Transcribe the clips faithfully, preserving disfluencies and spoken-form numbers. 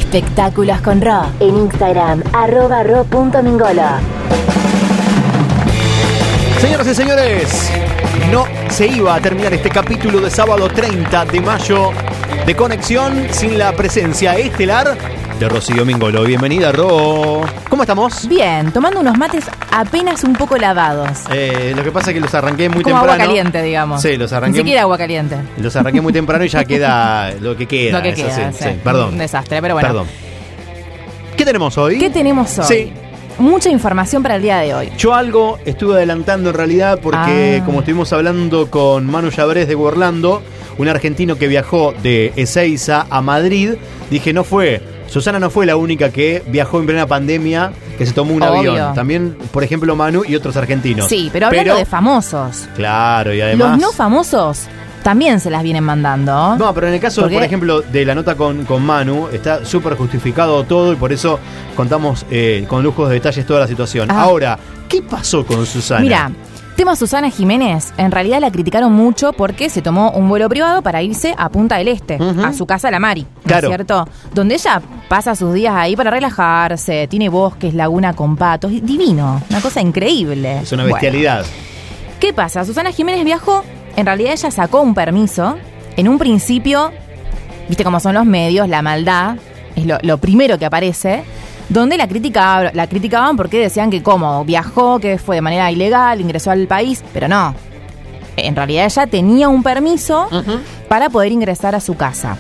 Espectáculos con Ro. En Instagram, arroba ro.mingolo. Señoras y señores, no se iba a terminar este capítulo de sábado treinta de mayo de Conexión sin la presencia estelar de Rocío Mingolo. Bienvenida, Ro. ¿Cómo estamos? Bien, tomando unos mates apenas un poco lavados. Eh, lo que pasa es que los arranqué muy Como temprano. agua caliente, digamos. Sí, los arranqué. Ni siquiera agua caliente. Los arranqué muy temprano y ya queda lo que queda. Lo que eso queda, sí, sí. sí, perdón. Un desastre, pero bueno. Perdón. ¿Qué tenemos hoy? ¿Qué tenemos hoy? Sí. Mucha información para el día de hoy. Yo algo estuve adelantando en realidad porque Ah. como estuvimos hablando con Manu Llabrés de Orlando, un argentino que viajó de Ezeiza a Madrid, dije no fue, Susana no fue la única que viajó en plena pandemia, que se tomó un Obvio. avión. También, por ejemplo, Manu y otros argentinos. Sí, pero hablando de famosos. Claro, y además... Los no famosos también se las vienen mandando. No, pero en el caso, ¿Por qué? por ejemplo, de la nota con, con Manu, está súper justificado todo y por eso contamos eh, con lujos de detalles toda la situación. Ah. Ahora, ¿qué pasó con Susana? Mira, tema Susana Jiménez, en realidad la criticaron mucho porque se tomó un vuelo privado para irse a Punta del Este, Uh-huh. a su casa La Mari, ¿no Claro. es cierto? Donde ella pasa sus días ahí para relajarse, tiene bosques, laguna con patos, divino, una cosa increíble. Es una Bueno, bestialidad. ¿qué pasa? Susana Jiménez viajó, en realidad ella sacó un permiso, en un principio, viste cómo son los medios, la maldad, es lo, lo primero que aparece, donde la criticaba, la criticaban porque decían que cómo viajó, que fue de manera ilegal, ingresó al país, pero no. En realidad ella tenía un permiso Uh-huh. para poder ingresar a su casa.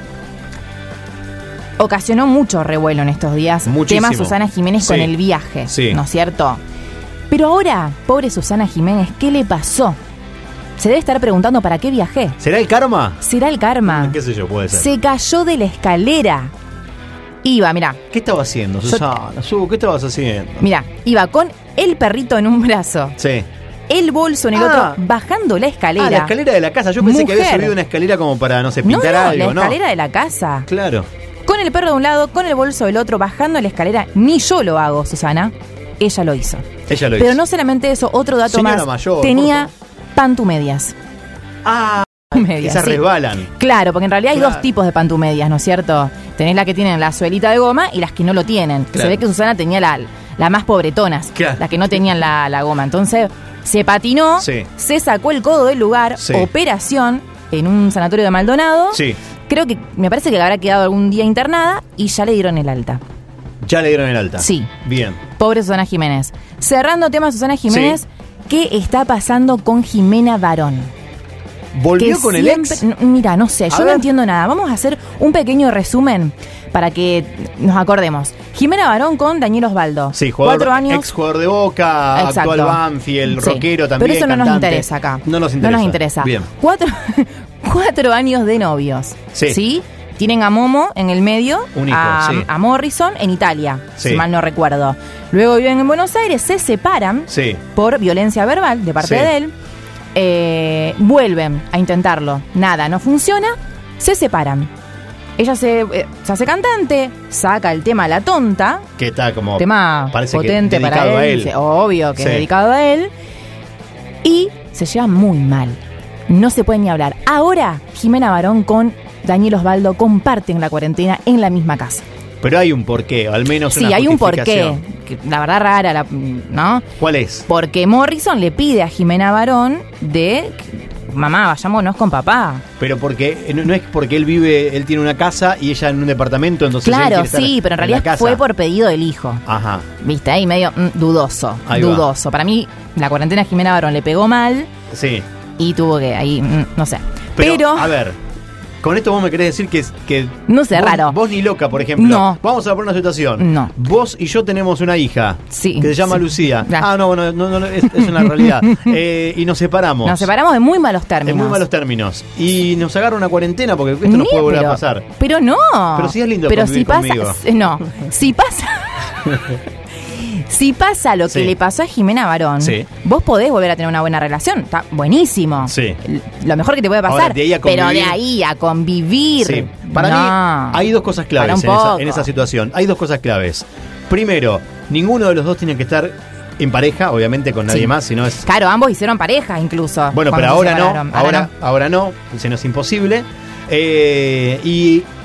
Ocasionó mucho revuelo en estos días. Muchísimo. Tema Susana Jiménez Sí. con el viaje, Sí. ¿no es cierto? Pero ahora, pobre Susana Jiménez, ¿qué le pasó? Se debe estar preguntando para qué viajé. ¿Será el karma? ¿Será el karma? ¿Qué sé yo? Puede ser. Se cayó de la escalera. Iba, mirá, ¿Qué estaba haciendo, Yo- Susana? Su, ¿qué estabas haciendo? mirá, iba con el perrito en un brazo, Sí. el bolso en el Ah. otro, bajando la escalera. Ah, la escalera de la casa. Yo pensé que había Mujer. subido una escalera como para, no sé, No, pintar no, algo, la escalera de la casa. Claro. Con el perro de un lado, con el bolso del otro, bajando la escalera. Ni yo lo hago, Susana. Ella lo hizo. Ella lo Pero hizo. no solamente eso, otro dato Señora más. mayor, Tenía por pantumedias. Ah, Medias, esas sí. resbalan. Claro, porque en realidad hay Claro. dos tipos de pantumedias, ¿no es cierto? Tenés la que tienen la suelita de goma y las que no lo tienen. Claro. Se ve que Susana tenía la, la más pobretonas, Claro. las que no tenían la, la goma. Entonces se patinó, Sí. se sacó el codo del lugar, Sí. operación en un sanatorio de Maldonado. Sí. Creo que me parece que habrá quedado algún día internada y ya le dieron el alta. Ya le dieron el alta. Sí. Bien. Pobre Susana Jiménez. Cerrando tema Susana Jiménez, Sí. ¿qué está pasando con Jimena Barón? ¿Volvió Que con el siempre- ex? n- Mira, no sé, A yo ver. no entiendo nada. Vamos a hacer un pequeño resumen para que nos acordemos. Jimena Barón con Daniel Osvaldo. Sí, jugador, Cuatro años. ex jugador de Boca, Exacto. actual Banfield, Sí. rockero también. Pero eso no nos cantante. interesa acá. No nos interesa. No nos interesa. Bien. Cuatro, cuatro años de novios. Sí. Tienen a Momo en el medio, Un hijo, a, sí. a Morrison en Italia, Sí. si mal no recuerdo. Luego viven en Buenos Aires, se separan Sí. por violencia verbal de parte Sí. de él. Eh, vuelven a intentarlo. Nada, no funciona. Se separan. Ella se, eh, se hace cantante, saca el tema La Tonta, Que está como. tema parece que potente para dedicado él, a él. sí, obvio que Sí. es dedicado a él. Y se lleva muy mal. No se puede ni hablar. Ahora, Jimena Barón con Daniel Osvaldo comparten la cuarentena en la misma casa. Pero hay un porqué, al menos Sí, una hay un porqué. justificación. Que la verdad rara, la- ¿no? ¿Cuál es? Porque Morrison le pide a Jimena Barón de... Mamá, vayámonos con papá. Pero porque no no es porque él vive, él tiene una casa y ella en un departamento, entonces él Claro, quiere estar sí, pero en la realidad casa. fue por pedido del hijo. Ajá. ¿Viste? Ahí medio mm, dudoso. Ahí va. dudoso. Para mí, la cuarentena a Jimena Barón le pegó mal Sí. y tuvo que ahí, mm, no sé. Pero, Pero, a ver, con esto vos me querés decir que, que no sé, vos, raro. vos ni loca, por ejemplo. No. Vamos a poner una situación. No. Vos y yo tenemos una hija Sí, que se llama sí. Lucía. Ah. Ah, no, bueno, no, no, es, es una realidad. Eh, y nos separamos. Nos separamos de muy malos términos. En muy malos términos. Y nos agarra una cuarentena porque esto Ni, nos puede volver pero- a pasar. Pero no. Pero sí es lindo Pero convivir si pasa, conmigo. no, si pasa, si pasa lo que Sí. le pasó a Jimena Barón, Sí. vos podés volver a tener una buena relación. Está buenísimo. Sí. L- Lo mejor que te puede pasar. Ahora, de ahí a pero de convivir- ahí a convivir. Sí. Para no. mí hay dos cosas Para claves un en esa, poco. en esa situación. Hay dos cosas claves. Primero, ninguno de los dos tiene que estar en pareja, obviamente con nadie Sí. más, si no es... Claro, ambos hicieron pareja incluso. Bueno, cuando pero se ahora no, separaron. ahora, ahora no, si no es imposible. Eh, y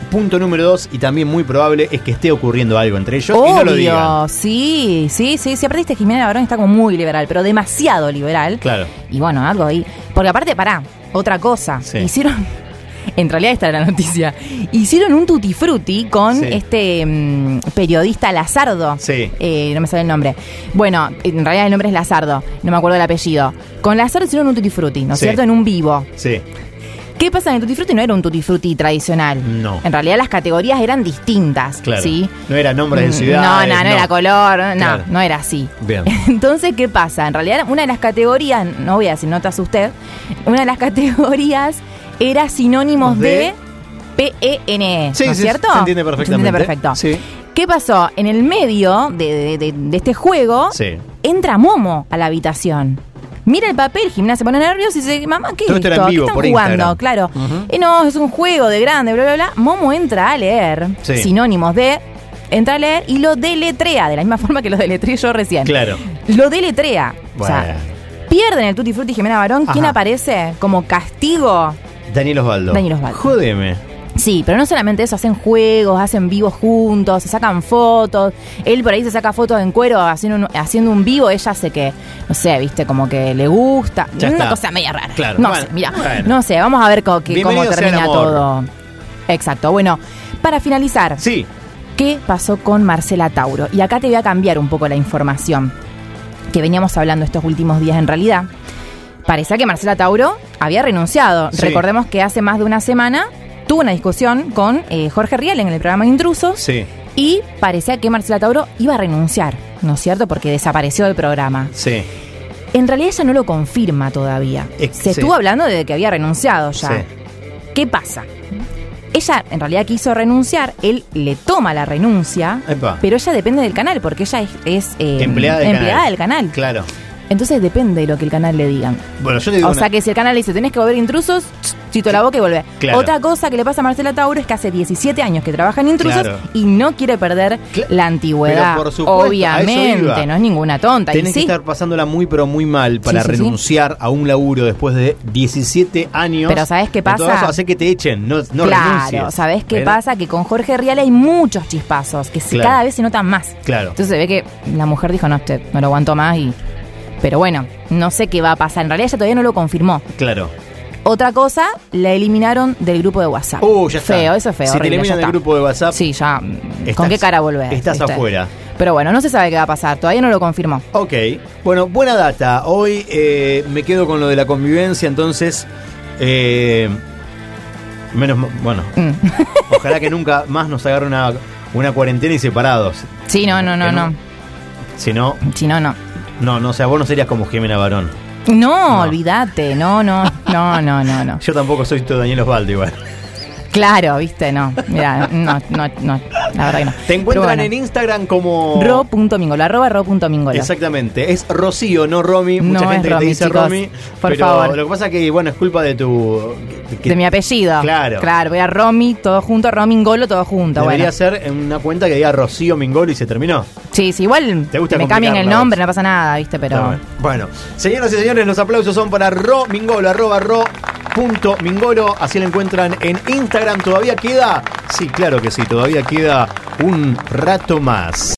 Punto número dos, y también muy probable, es que esté ocurriendo algo entre ellos. Obvio, y no lo digan. sí, sí, sí. Si aparte Jimena Barón está como muy liberal, pero demasiado liberal. Claro. Y bueno, algo ahí. Porque aparte, pará, otra cosa. Sí. Hicieron, en realidad esta era la noticia, hicieron un tutti frutti con Sí. este mm, periodista Lazardo. Sí. Eh, no me sale el nombre. Bueno, en realidad el nombre es Lazardo, no me acuerdo el apellido. Con Lazardo hicieron un tutti frutti, ¿no es Sí. cierto? En un vivo. Sí. ¿Qué pasa en el Tutti Frutti? No era un Tutti Frutti tradicional. No. En realidad las categorías eran distintas. Claro. ¿Sí? No era nombres de Mm, ciudades. No, no, no, era color. No, Claro. no era así. Bien. Entonces, ¿qué pasa? En realidad, una de las categorías, no voy a decir notas usted, una de las categorías era sinónimos de, De- P E N E. Sí, ¿No es sí, cierto? se entiende perfectamente. Se entiende perfecto. Sí. ¿Qué pasó? En el medio de, de- de- de este juego, Sí. entra Momo a la habitación. Mira el papel, Jimena se pone nerviosa y dice, mamá, ¿qué es Todo esto esto? era en ¿Qué vivo, están por jugando? Instagram. Claro. Ujú. Eh, no, es un juego de grande, bla, bla, bla. Momo entra a leer Sí. sinónimos de... Entra a leer y lo deletrea, de la misma forma que lo deletreé yo recién. Claro. Lo deletrea. O Bueno. sea, pierden el Tutti Frutti Jimena Barón. ¿Quién Ajá. aparece como castigo? Daniel Osvaldo. Daniel Osvaldo. Jódeme. Sí, pero no solamente eso, hacen juegos, hacen vivos juntos, se sacan fotos. Él por ahí se saca fotos en cuero haciendo un, haciendo un vivo, ella hace que, no sé, viste, como que le gusta. Ya Una está. cosa media rara. Claro. No Bueno, sé, mira, bueno. no sé, vamos a ver co- que- cómo Bienvenido sea el termina amor. todo. Exacto, bueno, para finalizar, Sí. ¿qué pasó con Marcela Tauro? Y acá te voy a cambiar un poco la información que veníamos hablando estos últimos días en realidad. Parecía que Marcela Tauro había renunciado. Sí. Recordemos que hace más de una semana tuvo una discusión con eh, Jorge Rial en el programa Intrusos. Sí. Y parecía que Marcela Tauro iba a renunciar, ¿no es cierto? Porque desapareció del programa. Sí. En realidad ella no lo confirma todavía. Ex- Se sí. estuvo hablando de que había renunciado ya. Sí. ¿Qué pasa? Ella en realidad quiso renunciar, él le toma la renuncia, Epa. pero ella depende del canal, porque ella es, es, eh, Empleada del empleada canal. del canal. Claro. Entonces depende de lo que el canal le digan. Bueno, yo te digo O una- sea que si el canal le dice, tenés que volver a Intrusos, chito la boca y volver. Claro. Otra cosa que le pasa a Marcela Tauro es que hace diecisiete años que trabaja en Intrusos Claro. y no quiere perder Cla- la antigüedad. Pero por supuesto, a eso Obviamente, iba. no es ninguna tonta. Y Tenés que sí, estar pasándola muy pero muy mal para Sí, sí, sí. renunciar a un laburo después de diecisiete años. Pero ¿sabés qué En todo pasa? caso, hace que te echen, no, no claro, renuncies. ¿sabés qué ¿Ven? pasa? Que con Jorge Rial hay muchos chispazos que se- Claro. cada vez se notan más. Claro. Entonces se ve que la mujer dijo, no, este, no lo aguanto más y... Pero bueno, no sé qué va a pasar. En realidad ella todavía no lo confirmó. Claro. Otra cosa, la eliminaron del grupo de WhatsApp. Uh, ya está. Feo, eso es feo. Si te horrible, eliminan ya del está. grupo de WhatsApp, Sí, ya. estás- ¿Con qué cara volver? estás ¿viste? afuera. Pero bueno, no se sabe qué va a pasar. Todavía no lo confirmó. Ok. Bueno, buena data. Hoy eh, me quedo con lo de la convivencia, entonces... eh, menos... ma- Bueno, Mm. ojalá que nunca más nos agarre una, una cuarentena y separados. Sí, no, no, no, Que no. Si no... Si no, no. No, no, o sea, vos no serías como Jimena Barón. No, No. olvídate. No, no, no, no, no, no. Yo tampoco soy todo Daniel Osvaldo igual. Claro, viste, no. Mira, no, no, no. La verdad que no. Te Pero encuentran bueno. en Instagram como... ro.mingolo, arroba ro.mingolo. Exactamente, es Rocío, no Romy. Mucha No es gente que te Romy, dice chicos. Romy. Por pero favor. lo que pasa es que, bueno, es culpa de tu... que- De mi apellido. Claro. Claro, voy a Romy, todo junto, Romingolo, todo junto. Debería Bueno. ser en una cuenta que diga Rocío Mingolo y se terminó. Sí, sí, igual Te gusta me cambian el complicarla, nombre, vos. no pasa nada, viste, pero... Está bueno. Bueno, señoras y señores, los aplausos son para Ro Mingolo, arroba ro punto mingolo. Así lo encuentran en Instagram. ¿Todavía queda? Sí, claro que sí, todavía queda un rato más.